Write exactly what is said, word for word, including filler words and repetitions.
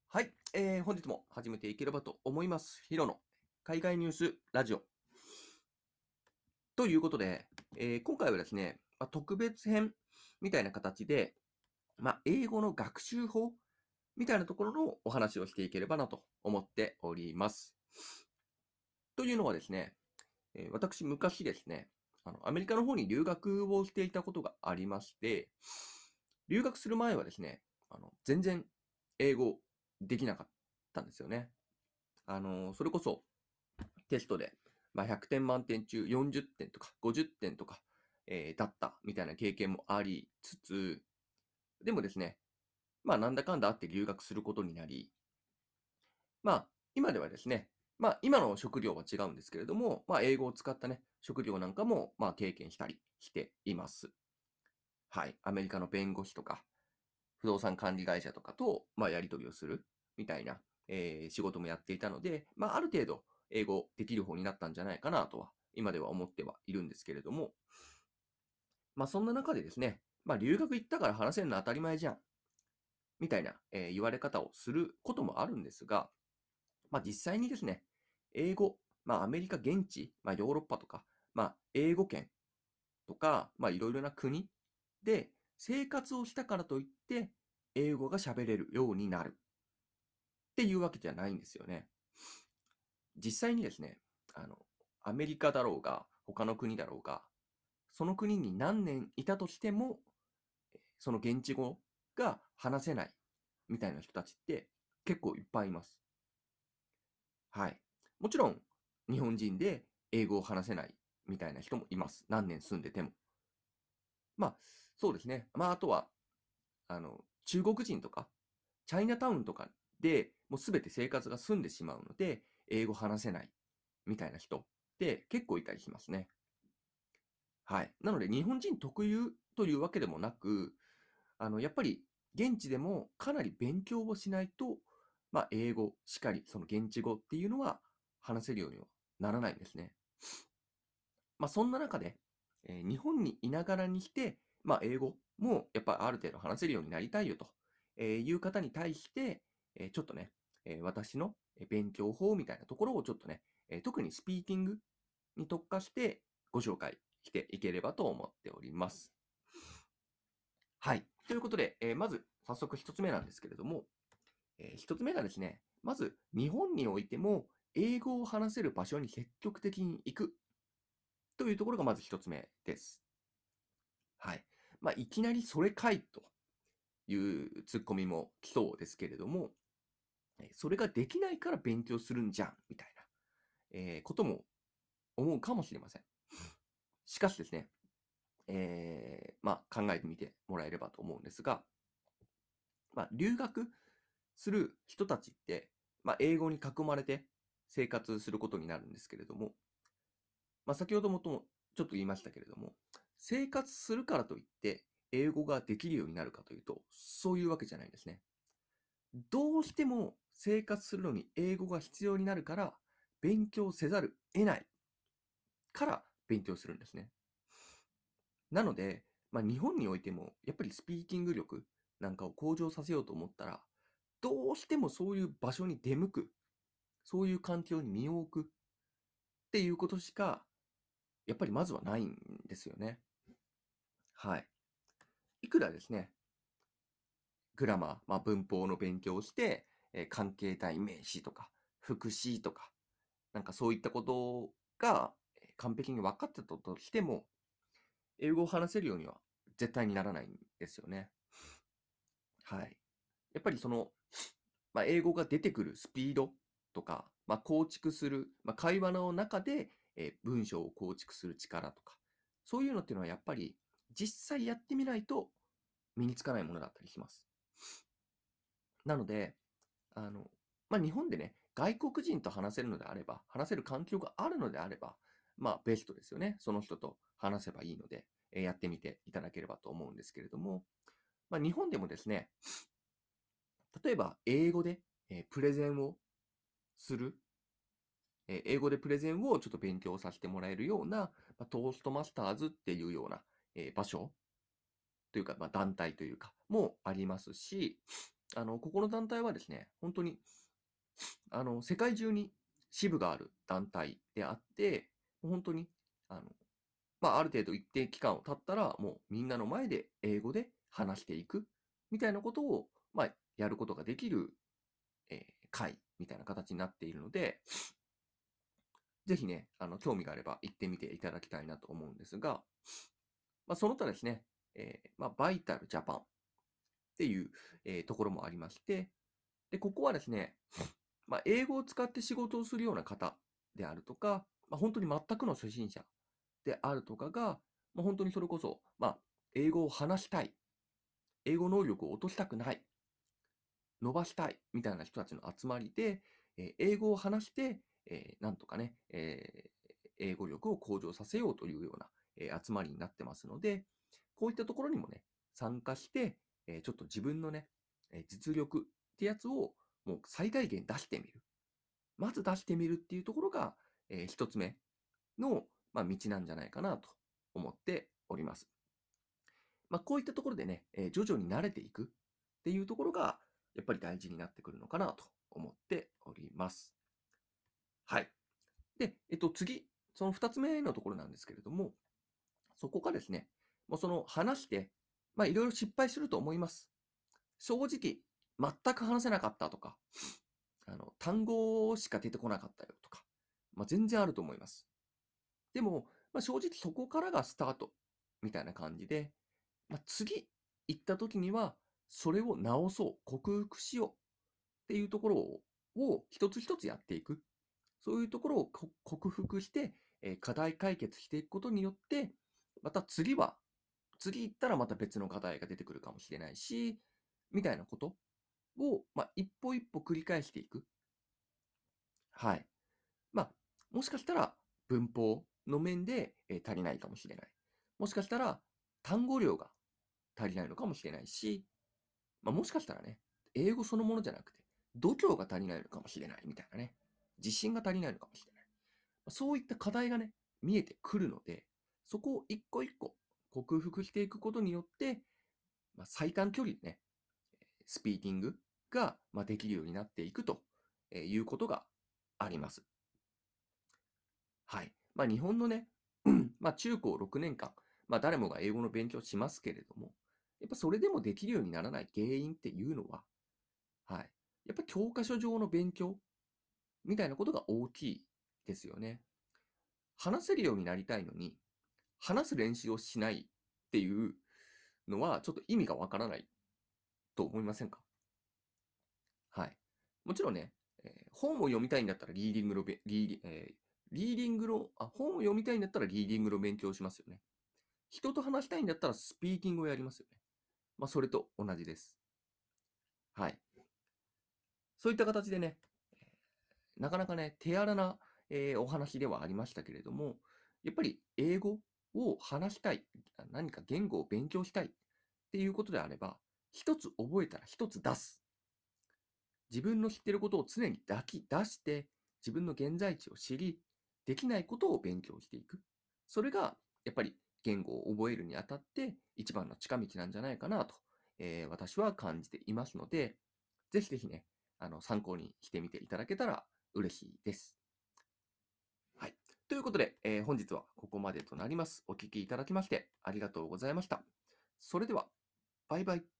はい、えー、本日も始めていければと思います。ヒロの海外ニュースラジオ。ということで、えー今回はですね、まあ、特別編みたいな形で、まあ、英語の学習法みたいなところのお話をしていければなと思っております。というのはですね、えー私昔ですね、あの、アメリカの方に留学をしていたことがありまして、留学する前はですね、あの、全然英語できなかったんですよね。あの、それこそテストで、まあ、ひゃくてん満点中よんじゅってんとかごじゅってんとか、えーだったみたいな経験もありつつ、でもですね、まあなんだかんだあって留学することになり、まあ今ではですね、まあ今の職業は違うんですけれども、まあ英語を使ったね、職業なんかもまあ経験したりしています。はい。アメリカの弁護士とか、不動産管理会社とかと、まあやり取りをするみたいな、えー仕事もやっていたので、まあある程度英語できる方になったんじゃないかなとは、今では思ってはいるんですけれども、まあそんな中でですね、まあ留学行ったから話せるの当たり前じゃん、みたいな、えー言われ方をすることもあるんですが、まあ実際にですね、英語、まあアメリカ現地、まあヨーロッパとか、まあ英語圏とか、まあいろいろな国で生活をしたからといって、英語が喋れるようになるっていうわけじゃないんですよね。実際にですね、あの、アメリカだろうが、他の国だろうが、その国に何年いたとしても、その現地語が話せないみたいな人たちって結構いっぱいいます。はい。もちろん、日本人で英語を話せないみたいな人もいます。何年住んでても。まあ、そうですね。まあ、あとは、あの、中国人とか、チャイナタウンとかでもうすべて生活が済んでしまうので、英語話せないみたいな人って結構いたりしますね。はい。なので、日本人特有というわけでもなく、あの、やっぱり現地でもかなり勉強をしないと、まあ、英語しかり、その現地語っていうのは話せるようにはならないんですね。まあ、そんな中で、えー日本にいながらにして、まあ、英語もやっぱりある程度話せるようになりたいよとえーいう方に対して、えーちょっとね、えー私のえー勉強法みたいなところをちょっとね、えー特にスピーキングに特化してご紹介していければと思っております。はい。ということで、えーまず早速一つ目なんですけれども、えー一つ目がですね、まず日本においても英語を話せる場所に積極的に行くというところがまず一つ目です。はい。まあ、いきなりそれかいというツッコミも来そうですけれども、えそれができないから勉強するんじゃん、みたいな、えーことも思うかもしれません。しかしですね、えーまあ、考えてみてもらえればと思うんですが、まあ、留学する人たちって、まあ、英語に囲まれて生活することになるんですけれども、まあ、先ほどもともちょっと言いましたけれども、生活するからといって英語ができるようになるかというと、そういうわけじゃないんですね。どうしても生活するのに英語が必要になるから、勉強せざる得ないから勉強するんですね。なので、まあ、日本においても、やっぱりスピーキング力なんかを向上させようと思ったら、どうしてもそういう場所に出向く、そういう環境に身を置くっていうことしか、やっぱりまずはないんですよね。はい。いくらですね、グラマー、まあ、文法の勉強をして、えー関係代名詞とか、副詞とか、なんかそういったことがえー完璧に分かってたとしても、英語を話せるようには絶対にならないんですよね。はい。やっぱりその、まあ、英語が出てくるスピードとか、まあ、構築する、まあ、会話の中で、えー文章を構築する力とか、そういうのっていうのはやっぱり実際やってみないと身につかないものだったりします。なので、あの、まあ、日本でね、外国人と話せるのであれば、話せる環境があるのであれば、まあ、ベストですよね。その人と話せばいいので、えーやってみていただければと思うんですけれども、まあ、日本でもですね、例えば英語で、えープレゼンをする、えー英語でプレゼンをちょっと勉強させてもらえるような、まあ、トーストマスターズっていうような、えー場所というか、まあ、団体というか、もありますし、 あの、ここの団体はですね、本当に、あの、世界中に支部がある団体であって、もう本当に、あの、まあ、ある程度一定期間を経ったら、もうみんなの前で英語で話していくみたいなことを、まあ、やることができる、えー会みたいな形になっているので、ぜひね、あの、興味があれば行ってみていただきたいなと思うんですが、まあ、その他ですね、えーまあ、バイタルジャパンっていう、えーところもありまして、で、ここはですね、まあ、英語を使って仕事をするような方であるとか、まあ、本当に全くの初心者であるとかが、まあ、本当にそれこそ、まあ、英語を話したい、英語能力を落としたくない、伸ばしたいみたいな人たちの集まりで、えー英語を話して、えーなんとかね、えー英語力を向上させようというような、えー集まりになってますので、こういったところにもね、参加して、えーちょっと自分のね、えー実力ってやつをもう最大限出してみる。まず出してみるっていうところが、えー一つ目の、まあ、道なんじゃないかなと思っております。まあ、こういったところでね、えー徐々に慣れていくっていうところが、やっぱり大事になってくるのかなと思っております。はい。で、えっと、次、そのふたつめのところなんですけれども、そこがですね、もうその話して、まあ、いろいろ失敗すると思います。正直、全く話せなかったとか、あの、単語しか出てこなかったよとか、まあ、全然あると思います。でも、まあ、正直そこからがスタートみたいな感じで、まあ、次行った時には、それを直そう、克服しようっていうところをを一つ一つやっていく。そういうところをこ克服して、えー課題解決していくことによって、また次は、次行ったらまた別の課題が出てくるかもしれないし、みたいなことを、まあ、一歩一歩繰り返していく。はい。まあ、もしかしたら文法の面で、えー足りないかもしれない。もしかしたら単語量が足りないのかもしれないし、まあ、もしかしたらね、英語そのものじゃなくて、度胸が足りないのかもしれないみたいなね。自信が足りないのかもしれない。そういった課題がね、見えてくるので、そこを一個一個克服していくことによって、まあ、最短距離でね、スピーキングが、まあ、できるようになっていくということがあります。はい。まあ、日本のね、まあ、中高ろくねんかん、まあ、誰もが英語の勉強しますけれども、やっぱそれでもできるようにならない原因っていうのは、はい。やっぱ教科書上の勉強みたいなことが大きいですよね。話せるようになりたいのに、話す練習をしないっていうのは、ちょっと意味がわからないと思いませんか？はい。もちろんね、えー本を読みたいんだったらリーディングのべリーディえーリーディングのあ、本を読みたいんだったらリーディングの勉強をしますよね。人と話したいんだったらスピーキングをやりますよね。まあ、それと同じです。はい。そういった形でね、なかなかね、手荒な、えーお話ではありましたけれども、やっぱり英語を話したい、何か言語を勉強したいっていうことであれば、一つ覚えたら一つ出す。自分の知っていることを常に抱き出して、自分の現在地を知り、できないことを勉強していく。それが、やっぱり言語を覚えるにあたって一番の近道なんじゃないかなと、えー私は感じていますので、ぜひぜひね、あの参考にしてみていただけたら嬉しいです。はい。ということで、えー本日はここまでとなります。お聞きいただきましてありがとうございました。それでは、バイバイ。